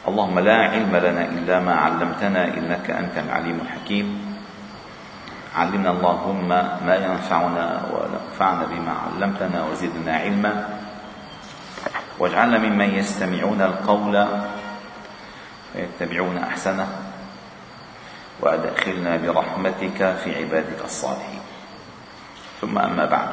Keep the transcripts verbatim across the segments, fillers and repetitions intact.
اللهم لا علم لنا إلا ما علمتنا إنك أنت العليم الحكيم. علمنا اللهم ما ينفعنا وانفعنا بما علمتنا وزدنا علما، واجعلنا ممن يستمعون القول ويتبعون أحسنه، وأدخلنا برحمتك في عبادك الصالحين. ثم أما بعد،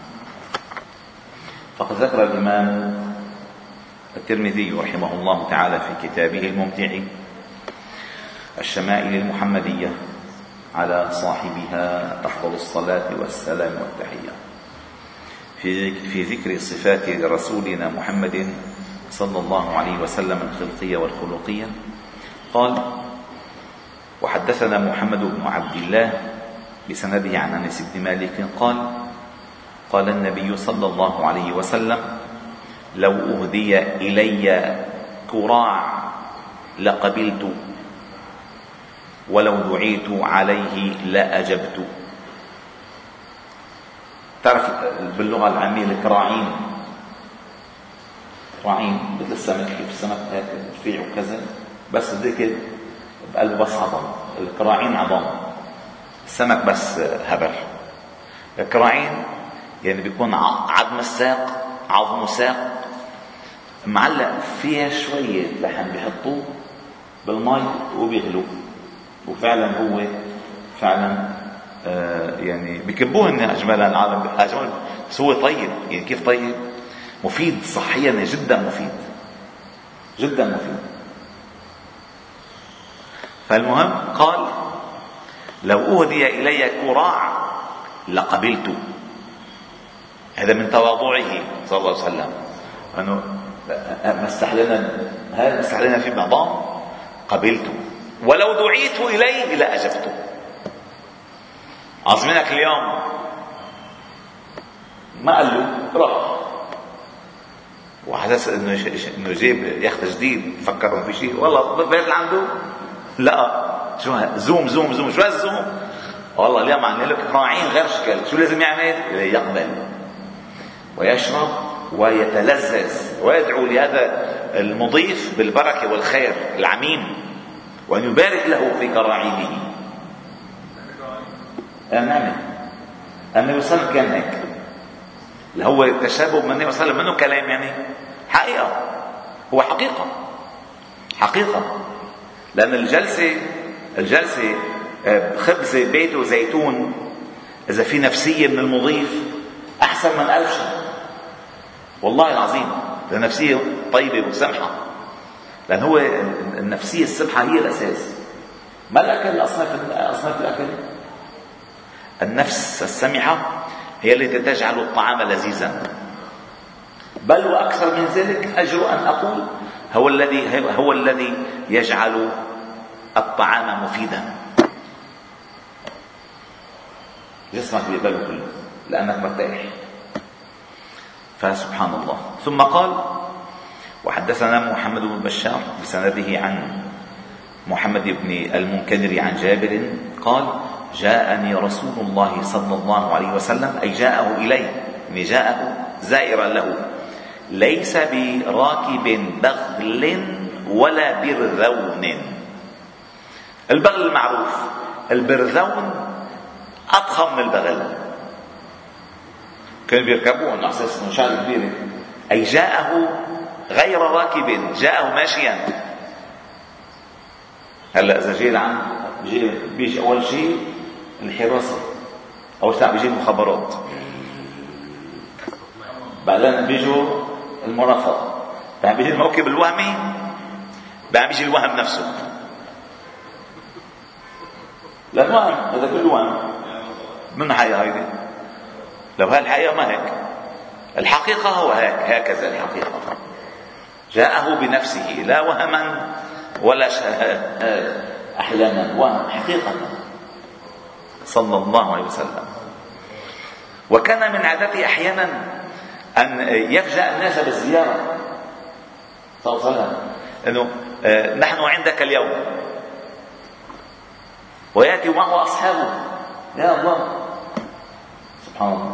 فقد ذكر الإمام الترمذي رحمه الله تعالى في كتابه الممتع الشمائل المحمدية على صاحبها أفضل الصلاة والسلام والتحية في في ذكر صفات رسولنا محمد صلى الله عليه وسلم الخلقية والخلقية، قال: وحدثنا محمد بن عبد الله بسنده عن أنس بن مالك قال: قال النبي صلى الله عليه وسلم: لو أهدي إلي كراع لقبلت، ولو دعيت عليه لأجبت. تعرف باللغة العامية الكراعين، كراعين مثل السمك، كيف السمك هيك رفيع وكذا، بس ذيك بقلبه بس عظم. الكراعين عظام، السمك بس هبر. الكراعين يعني بيكون عظم الساق، عظم الساق معلق فيها شوية لحم، بيحطوه بالماء وبيغلوه، وفعلا هو فعلا آه يعني بيكبوه ان اجمل العالم اجمل، بس هو طيب. يعني كيف طيب؟ مفيد صحيا، جدا مفيد، جدا مفيد. فالمهم قال: لو أهدي إلي كراع لقبلت. هذا من تواضعه صلى الله عليه وسلم، أنه مسح لنا هذا، مسح لنا في بعضهم، قبلته. ولو دعيت إليه لأجبته. عظمنك اليوم ما قال له روح، وحسس انه انه جيب يخت جديد، فكروا في شيء والله بيت عنده. لا، شو زوم زوم زوم شو هالزوم؟ والله اليوم عندنا لك كراعين غير شكل. شو لازم يعمل؟ يقبل ويشرب ويتلذذ ويدعو لهذا المضيف بالبركة والخير العميم، وأن يبارك له في كراعيه. نعم، النبي صلى الله عليه وسلم كان هيك، اللي هو التشابه من النبي صلى الله عليه وسلم منه كلام، يعني حقيقة، هو حقيقة حقيقة. لأن الجلسة الجلسة خبزة بيت وزيتون إذا في نفسية من المضيف أحسن من ألف شهر، والله العظيم. النفسية طيبة وسمحة، لأن هو النفسية السمحة هي الأساس، ما الأكل، أصناف أصناف الأكل. النفس السمحة هي التي تجعل الطعام لذيذا، بل وأكثر من ذلك أجر أن أقول هو الذي هو الذي يجعل الطعام مفيدا. جسمك بيقبله كله لأنك مرتاح. فسبحان الله. ثم قال: وحدثنا محمد بن بشار بسنده عن محمد بن المنكدر عن جابر قال: جاءني رسول الله صلى الله عليه وسلم، أي جاءه إليه، يعني جاءه زائرا له، ليس براكب بغل ولا برذون. البغل المعروف، البرذون أضخم من البغل، كانوا بيركبوه على أساس إنه شغلة كبيرة. أي جاءه غير راكب، جاءه ماشيا. هلا إذا جاء العام بيجي أول شيء الحراسة، أول شيء بيجي المخابرات، بعدين بيجوا المرافقة، بعدين بيجي الموكب الوهمي، بعدين بيجي الوهم نفسه. لا الوهم هذا كله وهم، من حقيقة هيدي؟ لو هاي الحقيقة ما هيك، الحقيقة هو هيك، هكذا الحقيقة. جاءه بنفسه، لا وهما ولا أحلاما، وهم حقيقة صلى الله عليه وسلم. وكان من عادته أحيانا أن يفجأ الناس بالزيارة صلى الله عليه وسلم، أنه نحن عندك اليوم، ويأتي معه أصحابه. يا الله، سبحان الله.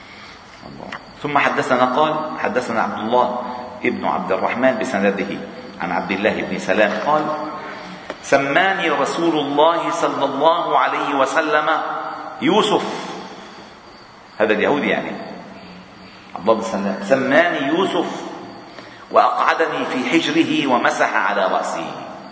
ثم حدثنا قال: حدثنا عبد الله ابن عبد الرحمن بسنده عن عبد الله بن سلام قال: سماني رسول الله صلى الله عليه وسلم يوسف. هذا اليهودي يعني عبد الله بن سلام. سماني يوسف وأقعدني في حجره ومسح على رأسي.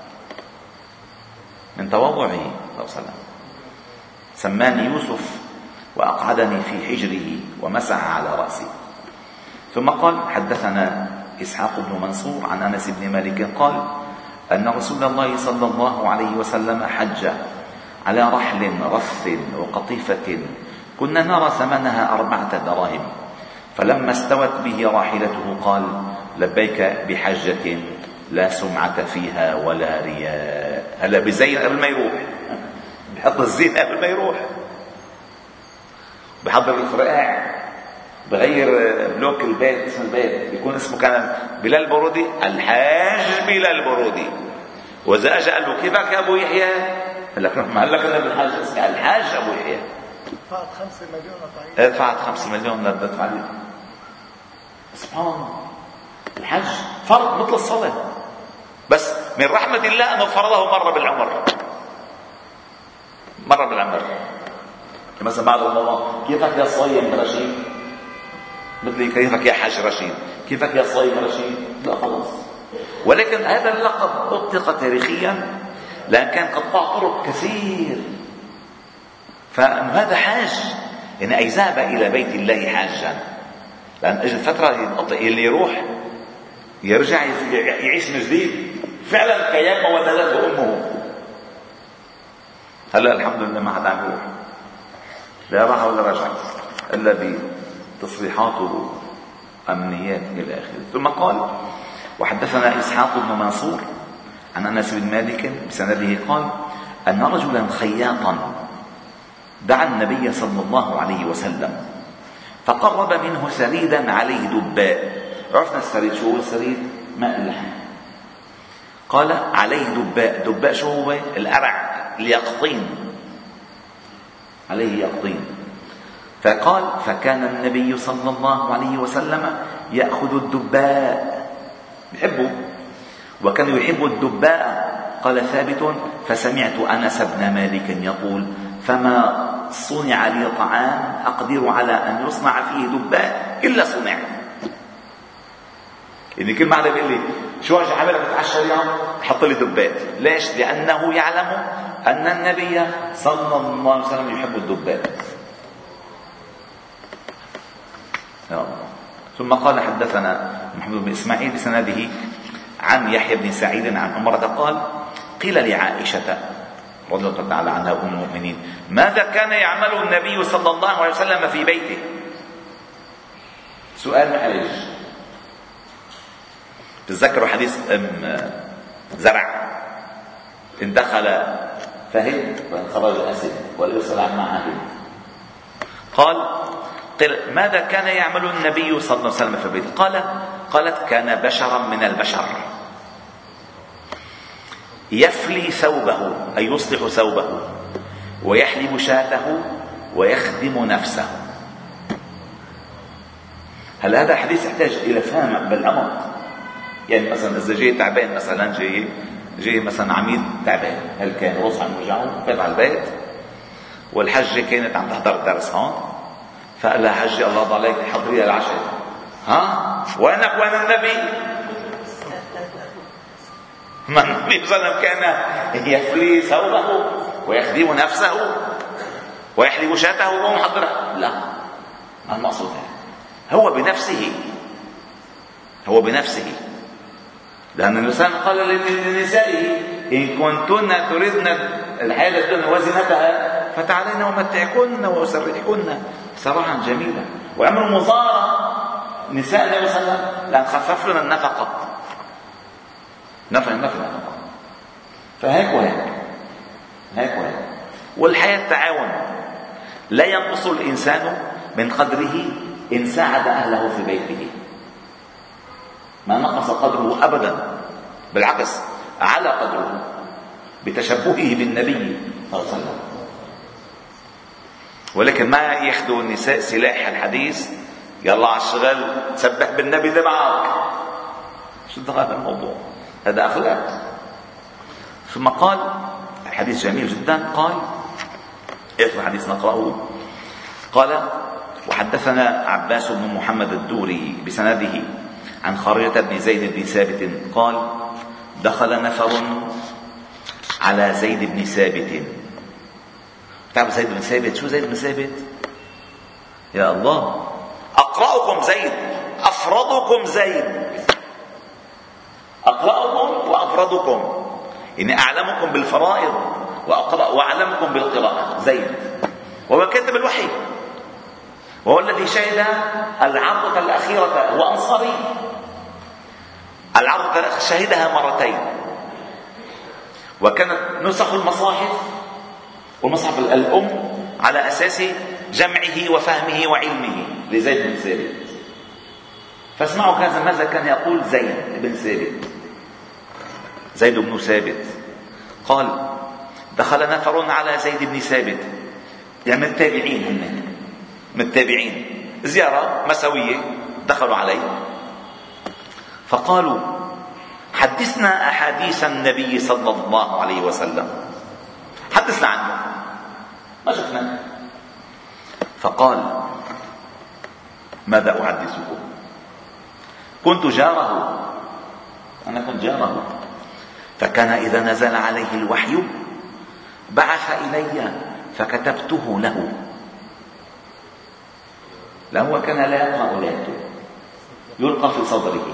من تواضعه صلى الله عليه وسلم. سماني يوسف وأقعدني في حجره ومسح على رأسي. ثم قال: حدثنا إسحاق بن منصور عن أنس بن مالك قال: أن رسول الله صلى الله عليه وسلم حج على رحل رث وقطيفة كنا نرى ثمنها أربعة دراهم، فلما استوت به راحلته قال: لبيك بحجة لا سمعة فيها ولا رياء. هلا بزين قبل ما يروح، بحط الزين قبل ما يروح، بحضر الفرقاع، بغير بلوك البيت. اسم البيت بيكون اسمه كان بلال برودي، الحاج بلال برودي. واذا اجى قال له: كيفك يا ابو يحيى؟ قال لك: ما هلا كنا بالحاج اسمي الحاج ابو يحيى. دفعت خمسة مليون طيب. دفعت خمسة مليون بدفع لي. سبحان الله. الحج فرض مثل الصلاة، بس من رحمة الله انه فرضه مرة بالعمر. مرة بالعمر. مثلا بعد رمضان: كيفك يا صايم رشيد؟ مثلي: كيفك يا حاج رشيد؟ كيفك يا صايم رشيد؟ لا خلاص. ولكن هذا اللقب اطلق تاريخيا لأن كان قطاع طرق كثير، فهذا حاج يعني أي ذهب إلى بيت الله حاجا، لأن أجل فترة اللي يروح يرجع يعيش من جديد فعلا كيما ولدته أمه. هلا الحمد لله ما حدا عم يروح، لا راح ولا رجع إلا بتصريحات وأمنيات إلى آخره. ثم قال: وحدثنا إسحاق بن منصور عن أنس بن مالك بسنده قال: أن رجلا خياطا دعا النبي صلى الله عليه وسلم فقرب منه سريدا عليه دباء. عرفنا السريد، شو هو السريد؟ ماء اللحم. قال: عليه دباء. دباء شو هو؟ الأرع، اليقطين، عليه يقطين. فقال: فكان النبي صلى الله عليه وسلم يأخذ الدباء، يحبه، وكان يحب الدباء. قال ثابت: فسمعت أنس بن مالك يقول: فما صنع لي طعام أقدر على أن يصنع فيه دباء إلا صنع. يعني كل معنى بيقول لي: شو أجي عملك تتعشى اليوم؟ حط لي دبات. ليش؟ لأنه يعلم أن النبي صلى الله عليه وسلم يحب الدباء. ثم قال: حدثنا محمد بن إسماعيل بسنده عن يحيى بن سعيد عن عمرة قال: قيل لعائشة رضي الله تعالى عنها أم المؤمنين: ماذا كان يعمل النبي صلى الله عليه وسلم في بيته؟ سؤال محرج. تتذكروا حديث أم زرع إن دخل فهد وإن خرج أسد والإرسل عن معاهد. قال: قيل: ماذا كان يعمل النبي صلى الله عليه وسلم في بيته؟ قال قالت: كان بشرا من البشر يفلي ثوبه أي يصلح ثوبه ويحلب شاته ويخدم نفسه. هل هذا الحديث يحتاج إلى فهم بالعمق؟ يعني مثلا إذا جاي تعبان، مثلا جاي جاي مثلا عميد تعبان، هل كان راسه عم يوجعه فات على البيت والحجة كانت عم تحضر الدرس هون، فقال لها: حجي الله يرضى عليك حضري لي العشاء. ها وينك وين النبي؟ ما النبي صلى الله عليه وسلم كان يفلي ثوبه ويخدم نفسه ويحلب شاته وهو محضرها؟ لا، ما المقصود هذا. هو بنفسه، هو بنفسه، لأن الإنسان قال لنسائه: إن كنتن تريدن الحياة الدنيا وزنتها فتعالين ومتعكن وأسرحكن سراحا جميلا. وعملوا مظاهرة نساء النبي صلى الله عليه وسلم لأن خفف لنا النفقة، نفع النفع النفقة. فهيك وهيك هيك وهيك. والحياة تعاون، لا ينقص الإنسان من قدره إن ساعد أهله في بيته، ما نقص قدره أبدا، بالعكس على قدره بتشبهه بالنبي صلى الله عليه وسلم. ولكن ما ياخذوا النساء سلاح الحديث: يلا على الشغل تسبح بالنبي تبعك. شو دخل هذا الموضوع؟ هذا أخلاق. ثم قال حديث جميل جدا، قال اقرأ حديث نقرأه. قال وحدثنا عباس بن محمد الدوري بسنده عن خارجة بن زيد بن ثابت قال دخل نفر على زيد بن ثابت. تعرف زيد بن ثابت؟ شو زيد بن ثابت؟ يا الله، أقرأكم زيد، أفرضكم زيد، أقرأكم وأفرضكم، إني أعلمكم بالفرائض وأقرأ وأعلمكم بالقراءة. زيد وهو كاتب الوحي، وهو الذي شهد العرضة الأخيرة، هو أنصاري. العرضة شهدها مرتين، وكانت نسخ المصاحف والمصحف الأم على أساس جمعه وفهمه وعلمه لزيد بن ثابت. فاسمعوا هذا ماذا كان يقول زيد بن ثابت. زيد بن ثابت قال دخل نفر على زيد بن ثابت، يعني من التابعين، هن من التابعين، زيارة مسوية دخلوا عليه فقالوا حدثنا أحاديث النبي صلى الله عليه وسلم، حدثنا عنه، ما شفنا. فقال ماذا أحدثكم؟ كنت جاره، أنا كنت جاره، فكان إذا نزل عليه الوحي بعث إلي فكتبته له. لا هو كان لا يقرأ ولا يكتب، يلقى في صدره.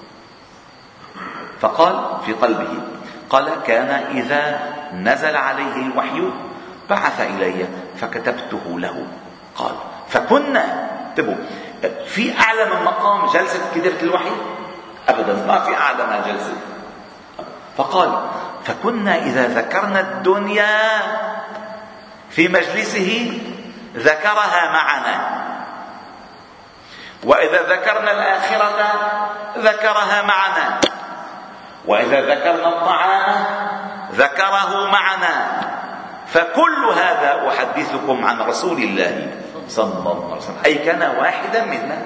فقال في قلبه، قال كان إذا نزل عليه الوحي بعث إلي فكتبته له. قال فكنا، انتبهوا، في أعلى من مقام جلسة كتابة الوحي؟ أبدا، ما في أعلى من جلسة. فقال فكنا إذا ذكرنا الدنيا في مجلسه ذكرها معنا، وإذا ذكرنا الآخرة ذكرها معنا، وإذا ذكرنا الطعام ذكره معنا. فكل هذا أحدثكم عن رسول الله صلى الله عليه وسلم، أي كان واحدا منا،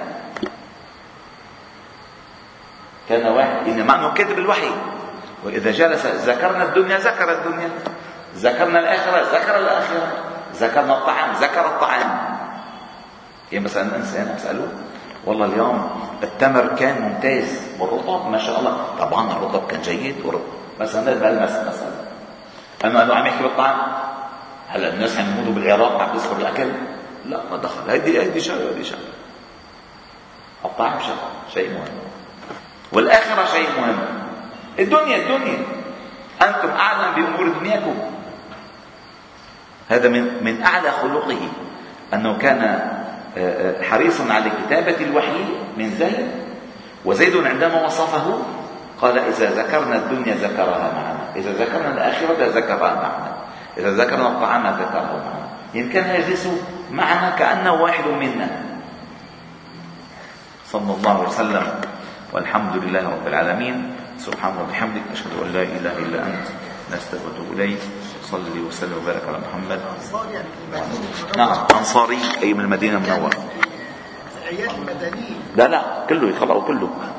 كان واحد، إنما أنه كتب الوحي. وإذا جلس ذكرنا الدنيا ذكر الدنيا، ذكرنا الآخرة ذكر الآخرة، ذكرنا الطعام ذكر الطعام. يعني مثلا إنسان أسأله والله اليوم التمر كان ممتاز والرطب ما شاء الله، طبعا الرطب كان جيد ورطب. مثلا بلمس مثلا أما أنه عم يحكي بالطعام، هلا الناس عم يموتوا بالعراق عم يذكر الأكل، لا ما دخل، هيدي هيدي شغله هيدي شغله. الطعام شغله شيء مهم، والآخرة شيء مهم. الدنيا الدنيا أنتم أعلم بأمور دنياكم. هذا من من أعلى خلقه أنه كان حريصا على كتابة الوحي من زيد. وزيد عندما وصفه قال إذا ذكرنا الدنيا ذكرها معنا، إذا ذكرنا الآخرة ذكرها معنا، إذا ذكرنا الطعام ذكرها معنا. يعني كان يجلس معنا كأنه واحد منا صلى الله عليه وسلم. والحمد لله رب العالمين. سبحانه وبحمدك، أشهد أن لا إله إلا أنت، نستغفرك ونتوب إليك. صلى وسلم وبارك على محمد. نعم أنصاري، أي من المدينة المنورة. عيال مدنيين. لا لا كله يقرأوا كله.